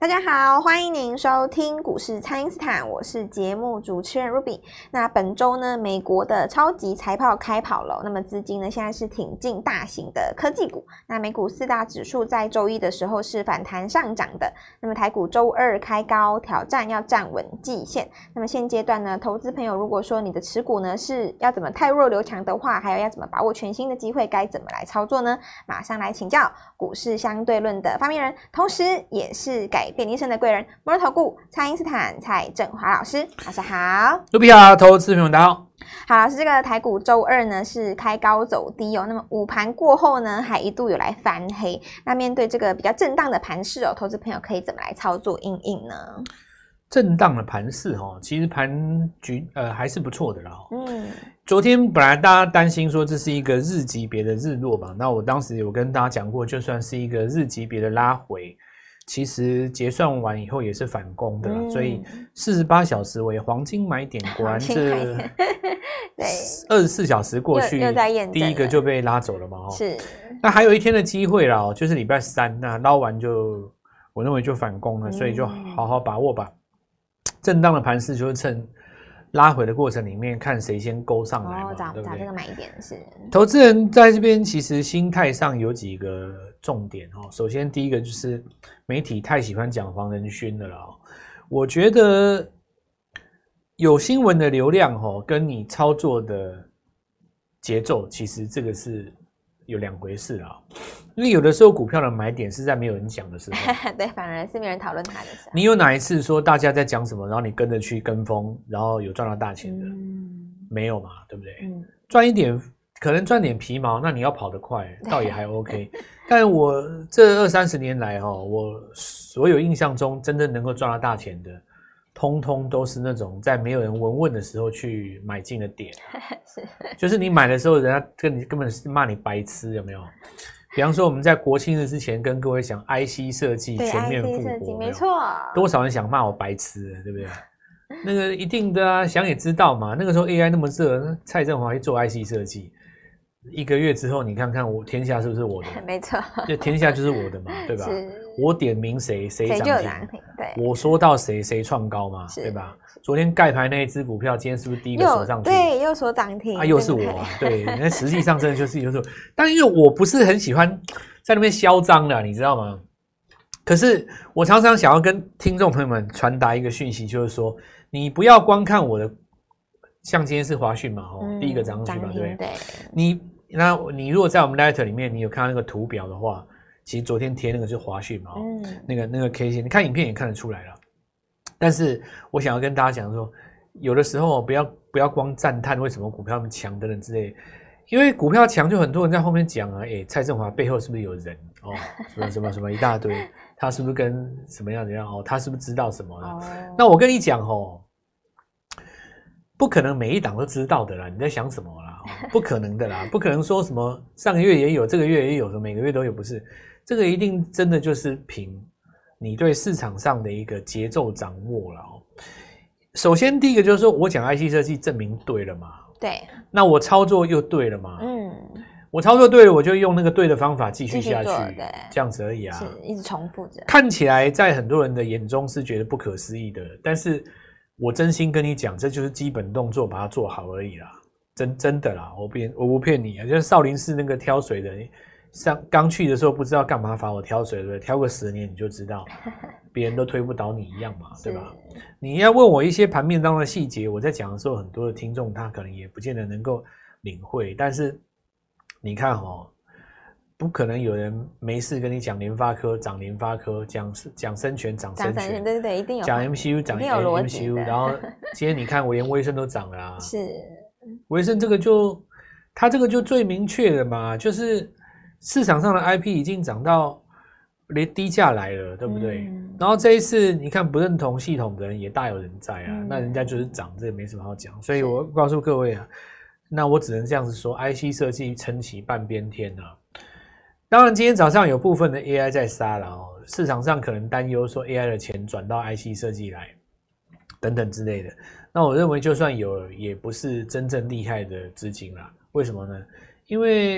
大家好，欢迎您收听股市蔡因斯坦，我是节目主持人 Ruby。那本周呢，美国的超级财报开跑了，那么资金呢现在是挺进大型的科技股。那美股四大指数在周一的时候是反弹上涨的，那么台股周二开高挑战要站稳季线。那么现阶段呢，投资朋友如果说你的持股呢是要怎么汰弱留强的话，还有要怎么把握全新的机会，该怎么来操作呢？马上来请教股市相对论的发明人，同时也是改变一生的贵人，摩尔投顾蔡因斯坦蔡正华老师，老师好。 卢比亚投资朋友大家好。 好，老师，这个台股周二呢是开高走低哦，那么午盘过后呢还一度有来翻黑，那面对这个比较震荡的盘势哦，投资朋友可以怎么来操作因应呢？ 震荡的盘势其实盘局还是不错的啦。昨天本来大家担心说这是一个日级别的日落吧，那我当时有跟大家讲过，就算是一个日级别的拉回，其实结算完以后也是反攻的啦，所以48小时为黄金买点，果然这24小时过去又在验证了， 第一个就被拉走了嘛。 是， 那还有一天的机会啦，就是礼拜三，那捞完就我认为就反攻了，所以就好好把握吧。震荡的盘势就是趁拉回的过程里面看谁先勾上来嘛，对不对？ 找这个买点是。 投资人在这边其实心态上有几个重点首先第一个就是媒体太喜欢讲黄仁勋的了我觉得有新闻的流量跟你操作的节奏，其实这个是有两回事啊。因为有的时候股票的买点是在没有人讲的时候对，反而是没人讨论它的时候。 你有哪一次说大家在讲什么，然后你跟着去跟风，然后有赚到大钱的？没有嘛，对不对？赚一点可能赚点皮毛，那你要跑得快倒也还 OK 但我这20-30年来我所有印象中真正能够赚到大钱的，通通都是那种在没有人闻问的时候去买进的点就是你买的时候人家根本是骂你白痴，有没有？比方说我们在国庆日之前跟各位讲 IC 设计全面复活， 没错， 多少人想骂我白痴，对不对？那个一定的啊，想也知道嘛。那个时候 AI 那么热，蔡正华去做 IC 设计，1个月之后你看看我天下是不是我的？ 没错， 就天下就是我的嘛，对吧？我点名谁涨停， 对， 我说到谁创高嘛，对吧？昨天盖牌那一只股票，今天是不是第一个锁上去？ 对，又锁涨停又是我啊！对，那实际上真的就是有时候，但因为我不是很喜欢在那边嚣张的，你知道吗？可是我常常想要跟听众朋友们传达一个讯息，就是说，你不要光看我的，像今天是华讯嘛，第一个涨上去嘛，对不对？你如果在我们 Lighter 里面，你有看到那个图表的话，其实昨天贴那个就是华讯嘛，那个 K 线，你看影片也看得出来了。但是我想要跟大家讲说，有的时候不要光赞叹为什么股票那么强等等之类的，因为股票强就很多人在后面讲啊，蔡正华背后是不是有人什么一大堆，他是不是跟什么样他是不是知道什么那我跟你讲不可能每一档都知道的啦，你在想什么啦？不可能的啦，不可能说什么上个月也有，这个月也有，每个月都有，不是？这个一定真的就是凭你对市场上的一个节奏掌握了首先第一个就是说我讲 IC 设计证明对了嘛， 对， 那我操作又对了嘛，我操作对了，我就用那个对的方法继续下去，这样子而已啊， 是一直重复着。 看起来在很多人的眼中是觉得不可思议的，但是我真心跟你讲，这就是基本动作，把它做好而已啦，真的啦，我不骗你啊，就是少林寺那个挑水的。刚去的时候不知道干嘛罚我挑水，对不对？挑个10年你就知道，别人都推不倒你一样嘛，对吧？你要问我一些盘面当中的细节，我在讲的时候，很多的听众他可能也不见得能够领会。但是你看不可能有人没事跟你讲联发科涨联发科，讲生权涨生权， 对，一定有讲 MCU 涨 MCU， 然后今天你看我连威盛都涨了啊， 是威盛这个它这个就最明确的嘛，就是市场上的 IP 已经涨到连低价来了，对不对？然后这一次你看不认同系统的人也大有人在啊，那人家就是涨，这也没什么好讲。所以我告诉各位啊，那我只能这样子说 ，IC 设计撑起半边天啊。当然今天早上有部分的 AI 在杀了市场上可能担忧说 AI 的钱转到 IC 设计来等等之类的。那我认为就算有，也不是真正厉害的资金啦。为什么呢？因为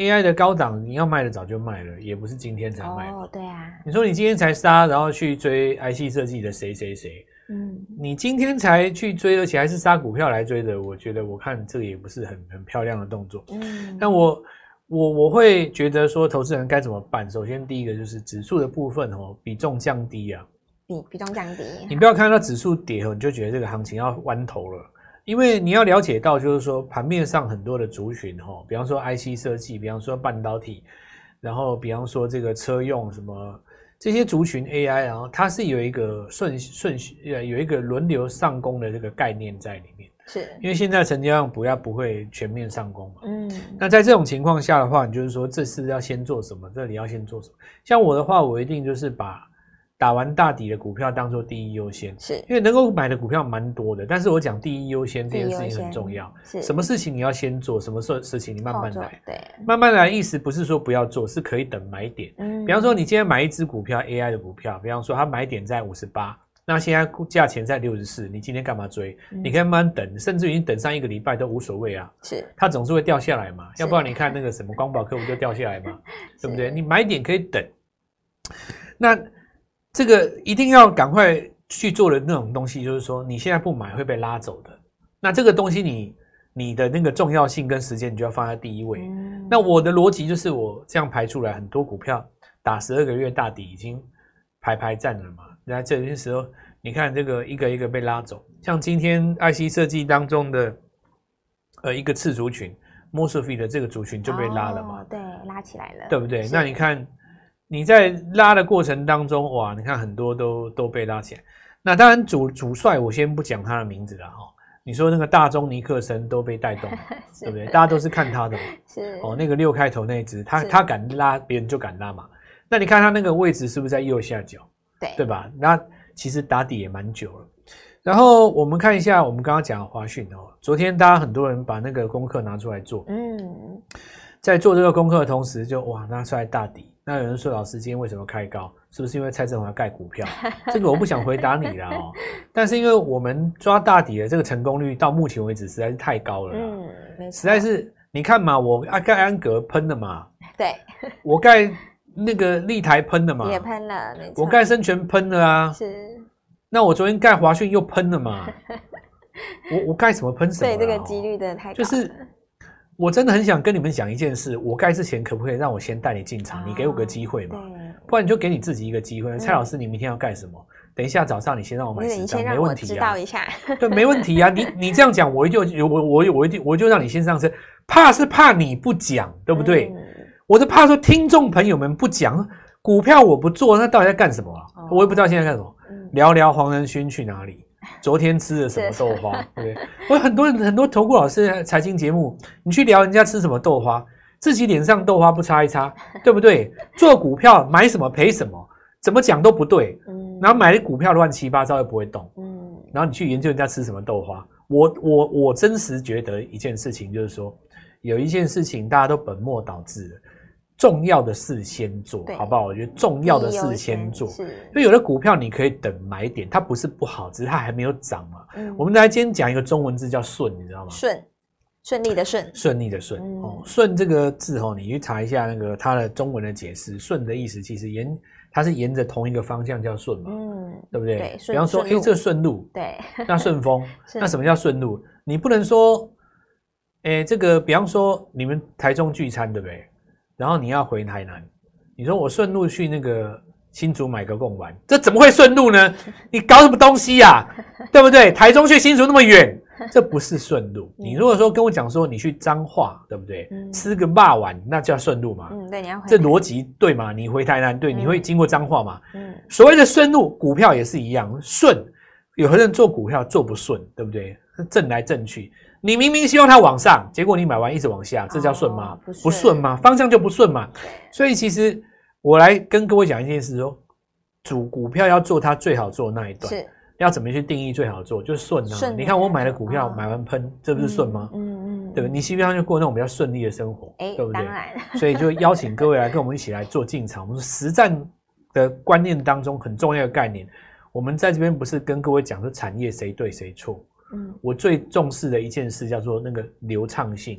AI 的高档你要卖的早就卖了，也不是今天才卖。 哦，对啊。 你说你今天才杀，然后去追 IC 设计的谁谁谁，你今天才去追，而且还是杀股票来追的，我觉得我看这个也不是很漂亮的动作。但我会觉得说，投资人该怎么办？首先第一个就是指数的部分比重降低啊， 比重降低。 你不要看到指数跌你就觉得这个行情要弯头了。因为你要了解到，就是说盘面上很多的族群比方说 IC 设计，比方说半导体，然后比方说这个车用什么这些族群 AI， 然后它是有一个顺序，有一个轮流上攻的这个概念在里面。 是因为现在成交量不会全面上攻嘛。那在这种情况下的话，你就是说这次要先做什么，这里要先做什么。像我的话，我一定就是把打完大底的股票当做第一优先， 是因为能够买的股票蛮多的，但是我讲第一优先这件事情很重要。什么事情你要先做，什么事情你慢慢来。 对， 慢慢来意思不是说不要做，是可以等买点。比方说你今天买一只股票 AI 的股票，比方说它买点在58，那现在价钱在64，你今天干嘛追？你可以慢慢等，甚至于等上1个礼拜都无所谓啊。 是， 它总是会掉下来嘛，要不然你看那个什么光宝科不就掉下来嘛，对不对？你买点可以等。那这个一定要赶快去做的那种东西，就是说你现在不买会被拉走的。那这个东西你的那个重要性跟时间，你就要放在第一位。那我的逻辑就是我这样排出来，很多股票打12个月大底已经排站了嘛。那这些时候，你看这个一个一个被拉走，像今天 IC 设计当中的一个次族群 MOSFET 的这个族群就被拉了嘛。 对，拉起来了， 对不对？那你看。你在拉的过程当中，哇，你看很多都被拉起来。那当然主帅我先不讲他的名字了你说那个大中尼克森都被带动，对不对？大家都是看他的嘛。 是那个6开头那一只，他敢拉，别人就敢拉嘛。那你看他那个位置是不是在右下角？对吧？那其实打底也蛮久了。然后我们看一下，我们刚刚讲的华讯昨天大家很多人把那个功课拿出来做，在做这个功课的同时就哇拿出来大底。那有人说老师今天为什么开高？是不是因为蔡正华盖股票？这个我不想回答你啦但是因为我们抓大底的这个成功率到目前为止实在是太高了实在是你看嘛，我盖安格喷了嘛， 对， 我盖那个立台喷了嘛， 也喷了，没错， 我盖生全喷了啊， 是。 那我昨天盖华讯又喷了嘛，我盖什么喷什么？ 对，这个几率真的太高了。 就是我真的很想跟你们讲一件事，我盖之前可不可以让我先带你进场？你给我个机会嘛，不然你就给你自己一个机会。蔡老师，你明天要干什么？等一下早上你先让我买10张，没问题啊。 知道一下， 对，没问题啊。你这样讲，我就让你先上车。怕是怕你不讲，对不对？我是怕说听众朋友们不讲股票，我不做，那到底在干什么啊？我也不知道现在干什么。聊聊黄仁勋去哪里？昨天吃了什么豆花，对不对？我很多投顾老师财经节目，你去聊人家吃什么豆花，自己脸上豆花不擦一擦，对不对？做股票买什么赔什么，怎么讲都不对。然后买的股票乱七八糟又不会动。然后你去研究人家吃什么豆花。我真实觉得一件事情就是说，有一件事情大家都本末倒置了。重要的事先做，好不好？我觉得重要的事先做，因为有的股票你可以等买点，它不是不好，只是它还没有涨嘛。我们来今天讲一个中文字叫顺，你知道吗？ 顺利的顺， 顺利的顺。顺这个字你去查一下那个它的中文的解释，顺的意思其实它是沿着同一个方向叫顺嘛，对不对？对，比方说，这个顺路，对，那顺风，那什么叫顺路？你不能说，这个比方说你们台中聚餐，对不对？然后你要回台南，你说我顺路去那个新竹买个贡丸，这怎么会顺路呢？你搞什么东西呀？对不对？台中去新竹那么远，这不是顺路。你如果说跟我讲说你去彰化，对不对？吃个肉丸，那叫顺路嘛？对，你要回这逻辑对吗？你回台南，对，你会经过彰化嘛？所谓的顺路，股票也是一样，顺。有的人做股票做不顺，对不对？震来震去。你明明希望它往上，结果你买完一直往下，这叫顺吗？不顺吗？方向就不顺嘛。所以其实我来跟各位讲一件事说，主股票要做它最好做的那一段，要怎么去定义最好做，就是顺啊。你看我买的股票买完喷，这不是顺吗？对不对？你希望就过那种比较顺利的生活，对不对？所以就邀请各位来跟我们一起来做进场。我们说实战的观念当中很重要的概念，我们在这边不是跟各位讲说产业谁对谁错。我最重视的一件事叫做那个流畅性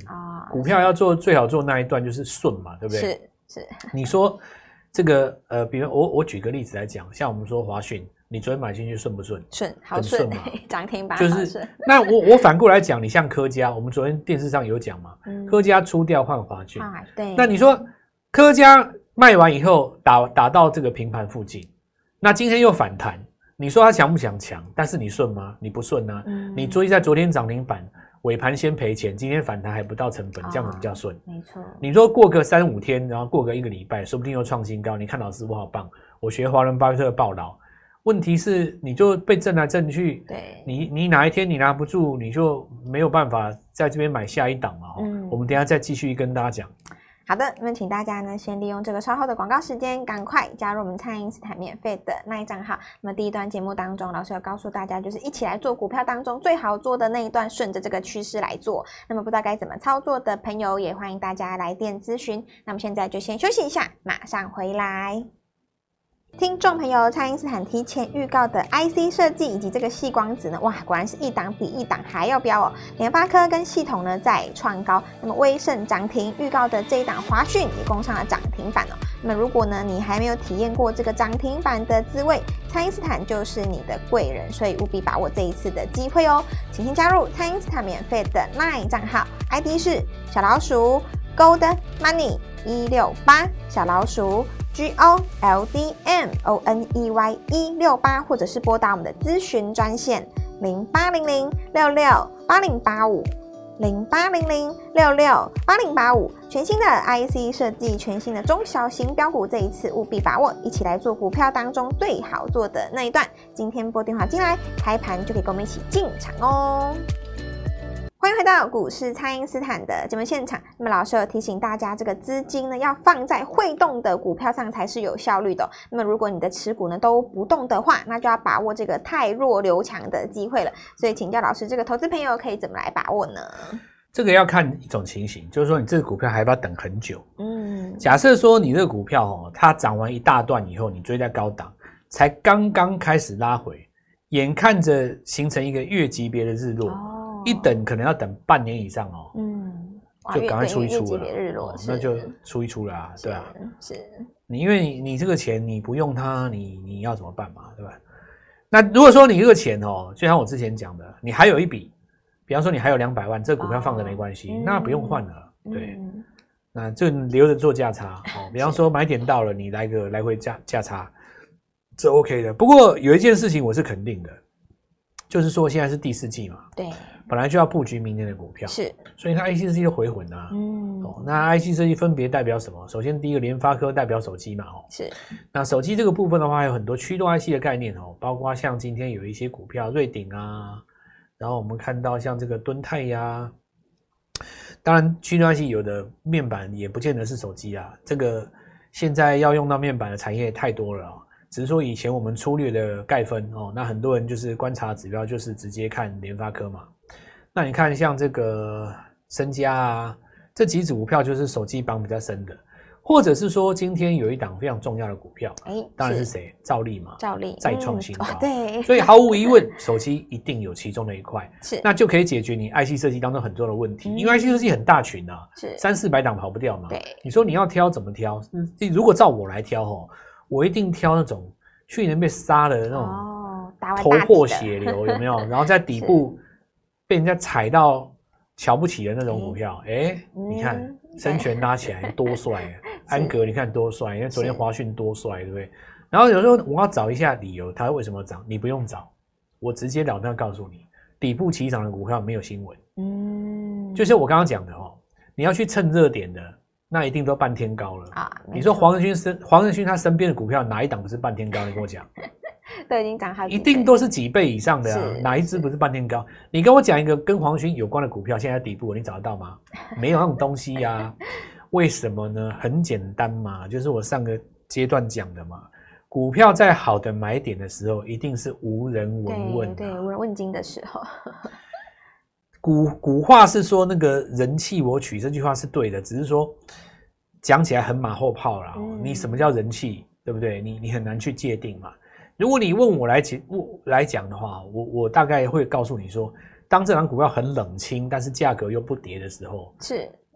股票要做最好做那一段就是顺嘛，对不对？ 是。 你说这个比如我举个例子来讲，像我们说华讯，你昨天买进去顺不顺？ 顺，好顺嘛，涨停板就是那我反过来讲，你像科家，我们昨天电视上有讲嘛，科家出掉换华讯， 对。 那你说科家卖完以后打到这个平盘附近，那今天又反弹，你说它强不强？强，但是你顺吗？你不顺啊，你追在昨天涨停板。尾盘先赔钱，今天反弹还不到成本，这样比较顺。 没错。 你说过个3-5天，然后过个1个礼拜，说不定又创新高。你看老师我好棒，我学华伦巴菲特抱牢。问题是你就被震来震去， 对， 你哪一天你拿不住，你就没有办法在这边买下一档嘛。我们等一下再继续跟大家讲。 好的，那么请大家呢先利用这个稍后的广告时间，赶快加入我们蔡因斯坦免费的那一账号。那么第一段节目当中，老师有告诉大家，就是一起来做股票当中最好做的那一段，顺着这个趋势来做。那么不知道该怎么操作的朋友，也欢迎大家来电咨询。那么现在就先休息一下，马上回来。听众朋友，蔡因斯坦提前预告的 IC 设计以及这个矽光子呢，哇，果然是一档比一档还要飙哦！联发科跟系统呢在创高，那么威盛涨停，预告的这一档华讯也攻上了涨停板哦。那么如果呢你还没有体验过这个涨停板的滋味，蔡因斯坦就是你的贵人，所以务必把握这一次的机会哦！请先加入蔡因斯坦免费的 LINE 账号 ，ID 是小老鼠 Gold Money 168小老鼠。GOLDMONEY168，或者是拨打我们的咨询专线0800668085，0800668085，全新的 IC 设计，全新的中小型标股，这一次务必把握，一起来做股票当中最好做的那一段。今天拨电话进来，开盘就可以跟我们一起进场哦。欢迎回到股市蔡因斯坦的节目现场。那么老师有提醒大家，这个资金呢要放在会动的股票上才是有效率的那么如果你的持股呢都不动的话，那就要把握这个太弱留强的机会了。所以请教老师，这个投资朋友可以怎么来把握呢？ 这个要看一种情形，就是说你这个股票还要不要等很久？假设说你这个股票它涨完一大段以后，你追在高档，才刚刚开始拉回，眼看着形成一个月级别的日落。一等可能要等半年以上就赶快出一出了，那就出一出了啊，对啊， 是你因为你这个钱你不用它，你要怎么办嘛，对吧？那如果说你这个钱就像我之前讲的，你还有一笔，比方说你还有200万，这个股票放着没关系，那不用换了，对，那这留着做价差比方说买点到了，你来个来回价差，这 OK 的。不过有一件事情我是肯定的，就是说现在是第4季嘛， 对。 本来就要布局明年的股票， 是， 所以它 IC 设计就回魂啊。那 IC 设计分别代表什么？首先第一个联发科代表手机嘛， 是。 那手机这个部分的话，还有很多驱动 IC 的概念包括像今天有一些股票，瑞鼎啊，然后我们看到像这个敦泰呀，当然驱动 IC 有的面板也不见得是手机啊，这个现在要用到面板的产业太多了只是说以前我们粗略的概分那很多人就是观察指标就是直接看联发科嘛。那你看像这个身家啊，这几只股票就是手机绑比较深的，或者是说今天有一档非常重要的股票，当然是谁？兆利嘛， 兆利再创新高， 对， 所以毫无疑问，手机一定有其中的一块， 是， 那就可以解决你 IC 设计当中很多的问题，因为 IC 设计很大群啊， 是 300-400档跑不掉嘛， 对， 你说你要挑怎么挑？如果照我来挑我一定挑那种去年被杀的那种头破血流有没有？然后在底部被人家踩到瞧不起的那种股票，你看深全拉起来多帅安格你看多帅，因为昨天华讯多帅，对不对？然后有时候我要找一下理由，它为什么涨，你不用找，我直截了当告诉你，底部起涨的股票没有新闻，就是我刚刚讲的你要去蹭热点的，那一定都半天高了啊！你说黄仁勋他身边的股票哪一档不是半天高？你跟我讲。 都已经涨好几倍， 一定都是几倍以上的哪一支不是半天高？你跟我讲一个跟黄勋有关的股票，现在底部你找得到吗？没有那种东西为什么呢？很简单嘛，就是我上个阶段讲的嘛，股票在好的买点的时候，一定是无人闻问， 对，无人问津的时候。 古话是说那个人气我取，这句话是对的，只是说讲起来很马后炮啦。你什么叫人气，对不对？你很难去界定嘛。如果你问我来讲的话，我大概会告诉你说，当这档股票很冷清，但是价格又不跌的时候， 是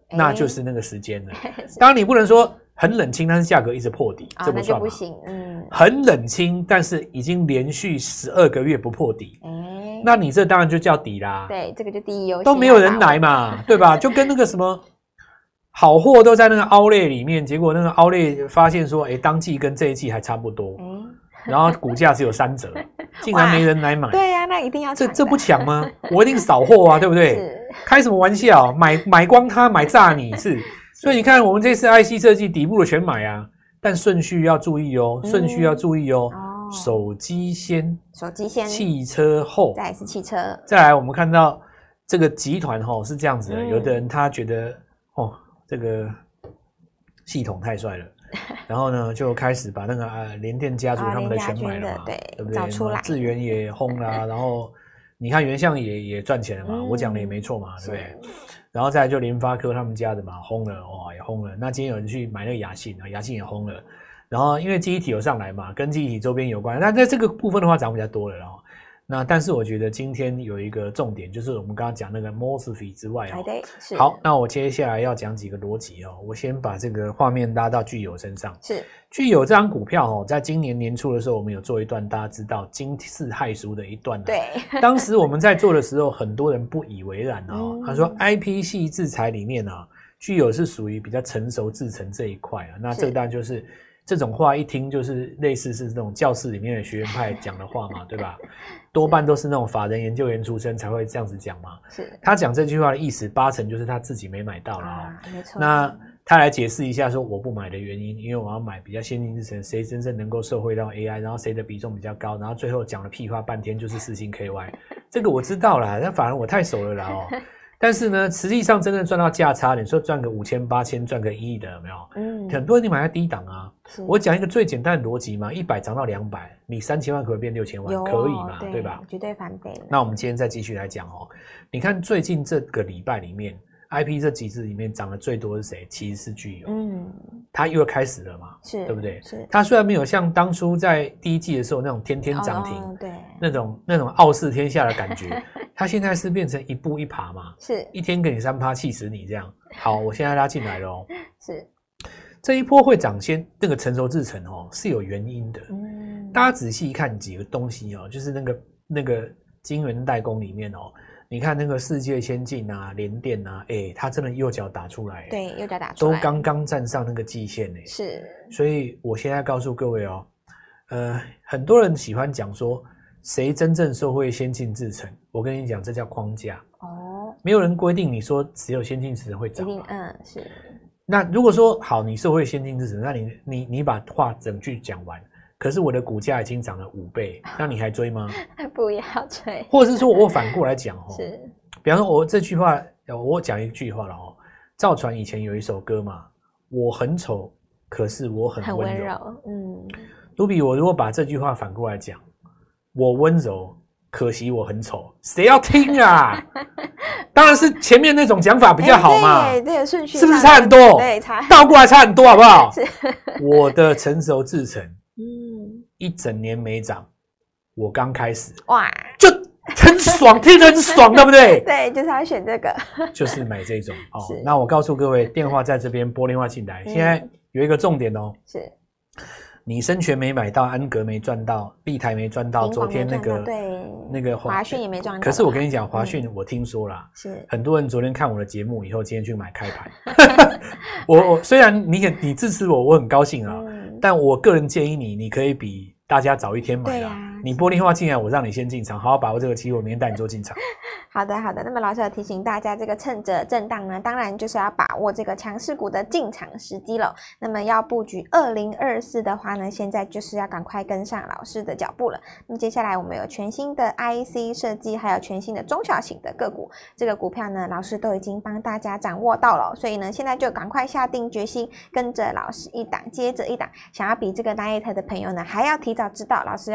那就是那个时间了。当然你不能说很冷清，但是价格一直破底，这不算嘛。 那就不行。 很冷清，但是已经连续12个月不破底，那你这当然就叫底啦。 对，这个就第一优先， 都没有人来嘛，对吧？就跟那个什么好货都在那个outlet里面，结果那个outlet发现说，当季跟这一季还差不多，然后股价只有3折，竟然没人来买。 对啊，那一定要抢。 这不抢吗？我一定扫货啊，对不对？开什么玩笑？买光它，买炸你是。所以你看，我们这次 IC 设计底部的全买啊，但顺序要注意哦，顺序要注意哦。手机先，汽车后， 再来是汽车， 再来我们看到这个集团是这样子的，有的人他觉得这个系统太帅了，然后呢就开始把那个联电家族他们的全买了嘛，对不对？ 找出来， 智原也轰啦，然后你看原相也赚钱了嘛，我讲的也没错嘛，对不对？然后再来就联发科他们家的嘛，轰了，也轰了。那今天有人去买那个雅信啊，雅信也轰了。然后因为记忆体有上来嘛，跟记忆体周边有关，那在这个部分的话涨比较多了哦。那但是我觉得今天有一个重点，就是我们刚刚讲那个 MOSFET 之外好，那我接下来要讲几个逻辑哦。我先把这个画面拉到巨友身上。巨友这张股票在今年年初的时候，我们有做一段大家知道惊世骇俗的一段。 对， 当时我们在做的时候，很多人不以为然哦。他说 IP 系制裁里面啊，巨友是属于比较成熟制程这一块啊。那这当然就是这种话一听就是类似是这种教室里面的学院派讲的话嘛，对吧？多半都是那种法人研究员出身才会这样子讲嘛。他讲这句话的意思，8成就是他自己没买到了没错。 那他来解释一下说我不买的原因，因为我要买比较先进制程，谁真正能够受惠到 AI， 然后谁的比重比较高，然后最后讲了屁话半天就是世芯 KY， 这个我知道啦，但反而我太熟了啦但是呢，实际上真正赚到价差，你说赚个5000、8000，赚个1亿的有没有？很多人你买在低档啊。我讲一个最简单的逻辑嘛，100涨到200，你3000万可不可以变6000万？可以嘛，对吧？ 绝对翻倍了。 那我们今天再继续来讲你看最近这个礼拜里面 ，IP 这几只里面涨得最多是谁？其实是巨友。它又开始了嘛，对不对？它虽然没有像当初在第一季的时候那种天天涨停， 对， 那种傲视天下的感觉，它现在是变成一步一爬嘛，一天给你3%，气死你这样。好，我现在拉进来了这一波会涨先那个成熟制程是有原因的。大家仔细看几个东西就是那个晶圆代工里面你看那个世界先进啊、联电啊，它真的右脚打出来， 对，右脚打出来， 都刚刚站上那个季线所以我现在告诉各位很多人喜欢讲说谁真正受惠先进制程，我跟你讲，这叫框架没有人规定你说只有先进制程会涨嘛， 是。 那如果说好，你受惠先进制程，那你把话整句讲完。可是我的股价已经涨了5倍，那你还追吗？ 不要追。 或者是说我反过来讲比方说我这句话，我讲一句话了赵传以前有一首歌嘛，我很丑，可是我很温柔。卢比，我如果把这句话反过来讲，我温柔，可惜我很丑，谁要听啊？当然是前面那种讲法比较好嘛。 这个顺序是不是差很多？ 对， 倒过来差很多，好不好？我的成熟制程。一整年没涨，我刚开始哇，就很爽，听得很爽，对不对？ 对，就是要选这个， 就是买这种那我告诉各位，电话在这边拨电话进来。现在有一个重点是你生全没买到，安格没赚到，立台没赚到，昨天那个华讯也没赚到。 可是我跟你讲，华讯我听说啦，很多人昨天看我的节目以后，今天去买开盘。我虽然你支持我，我很高兴啊。但我个人建议你可以比大家早一天买啦。你拨电话进来，我让你先进场，好好把握这个机会，明天带你做进场。 好的。那么老师要提醒大家，这个趁着震荡呢，当然就是要把握这个强势股的进场时机了。那么要布局2024的话呢，现在就是要赶快跟上老师的脚步了。那么接下来我们有全新的 IC 设计，还有全新的中小型的个股，这个股票呢，老师都已经帮大家掌握到了，所以呢，现在就赶快下定决心，跟着老师一档接着一档。想要比这个 Lite 的朋友呢，还要提早知道老师要进场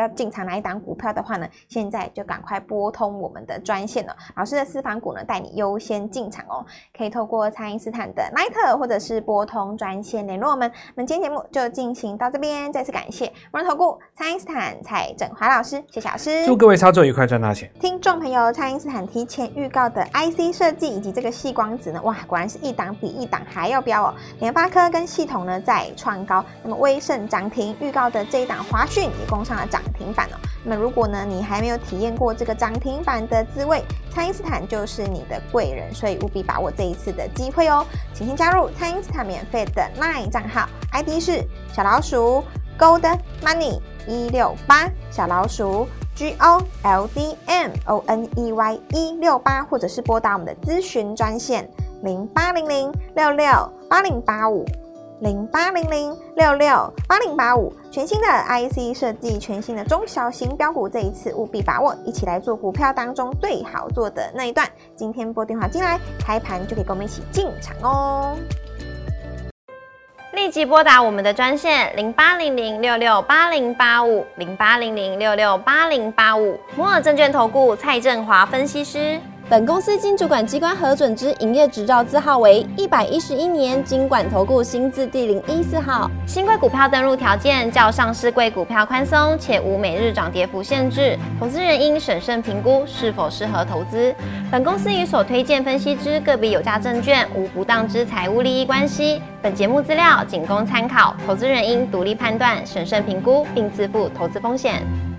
哪一档股票的话呢，现在就赶快拨通我们的专线了。老师的私房股呢，带你优先进场哦。可以透过蔡因斯坦的 LINE 或者是拨通专线联络我们。那么今天节目就进行到这边，再次感谢摩尔投顾蔡因斯坦蔡正华老师，谢谢老师。 祝各位操作愉快，赚大钱。 听众朋友，蔡因斯坦提前预告的 IC 设计以及这个矽光子呢，哇，果然是一档比一档还要飙哦。联发科跟系统呢再创高，那么威盛涨停，预告的这一档华讯也攻上了涨停板哦。那么如果呢你还没有体验过这个涨停板的滋味，蔡因斯坦就是你的贵人，所以务必把握这一次的机会哦。请先加入蔡因斯坦免费的 LINE 账号 ，ID 是小老鼠 Gold Money 168，小老鼠GOLDMONEY 168，或者是拨打我们的咨询专线0800668085，0800668085，全新的 IC 设计，全新的中小型标股，这一次务必把握，一起来做股票当中最好做的那一段。今天拨电话进来，开盘就可以跟我们一起进场哦。 立即拨打我们的专线0800668085，0800668085，摩尔证券投顾蔡正华分析师。 本公司经主管机关核准之营业执照字号为111年金管投顾新字第014号。 新贵股票登录条件较上市柜股票宽松，且无每日涨跌幅限制，投资人应审慎评估是否适合投资。本公司与所推荐分析之个别有价证券无不当之财务利益关系。本节目资料仅供参考，投资人应独立判断、审慎评估，并自负投资风险。